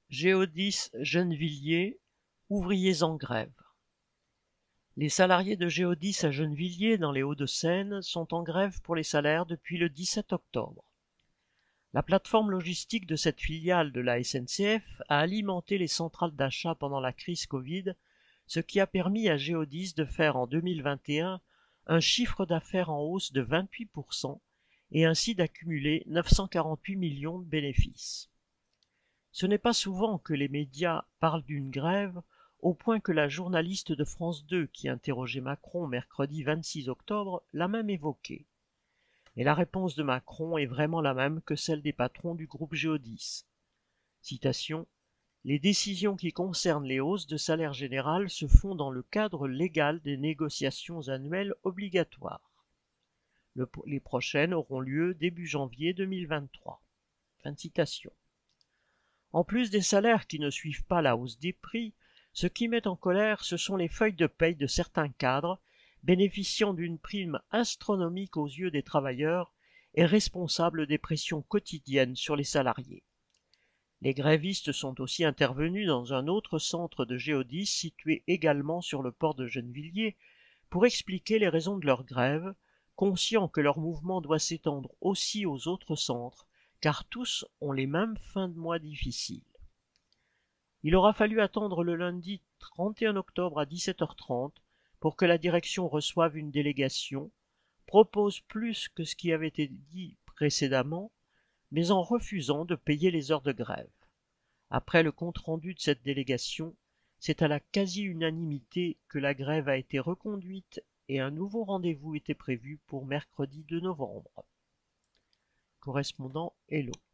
Géodis Gennevilliers, ouvriers en grève. Les salariés de Géodis à Gennevilliers, dans les Hauts-de-Seine, sont en grève pour les salaires depuis le 17 octobre. La plateforme logistique de cette filiale de la SNCF a alimenté les centrales d'achat pendant la crise Covid, ce qui a permis à Géodis de faire en 2021 un chiffre d'affaires en hausse de 28% et ainsi d'accumuler 948 millions de bénéfices. Ce n'est pas souvent que les médias parlent d'une grève, au point que la journaliste de France 2 qui interrogeait Macron mercredi 26 octobre l'a même évoqué. Et la réponse de Macron est vraiment la même que celle des patrons du groupe Géodis. Citation: les décisions qui concernent les hausses de salaire général se font dans le cadre légal des négociations annuelles obligatoires. Les prochaines auront lieu début janvier 2023. Fin de citation. En plus des salaires qui ne suivent pas la hausse des prix, ce qui met en colère, ce sont les feuilles de paie de certains cadres, bénéficiant d'une prime astronomique aux yeux des travailleurs et responsables des pressions quotidiennes sur les salariés. Les grévistes sont aussi intervenus dans un autre centre de Géodis situé également sur le port de Gennevilliers pour expliquer les raisons de leur grève, conscients que leur mouvement doit s'étendre aussi aux autres centres, car tous ont les mêmes fins de mois difficiles. Il aura fallu attendre le lundi 31 octobre à 17h30 pour que la direction reçoive une délégation, propose plus que ce qui avait été dit précédemment, mais en refusant de payer les heures de grève. Après le compte-rendu de cette délégation, c'est à la quasi-unanimité que la grève a été reconduite et un nouveau rendez-vous était prévu pour mercredi 2 novembre. Correspondant Hello.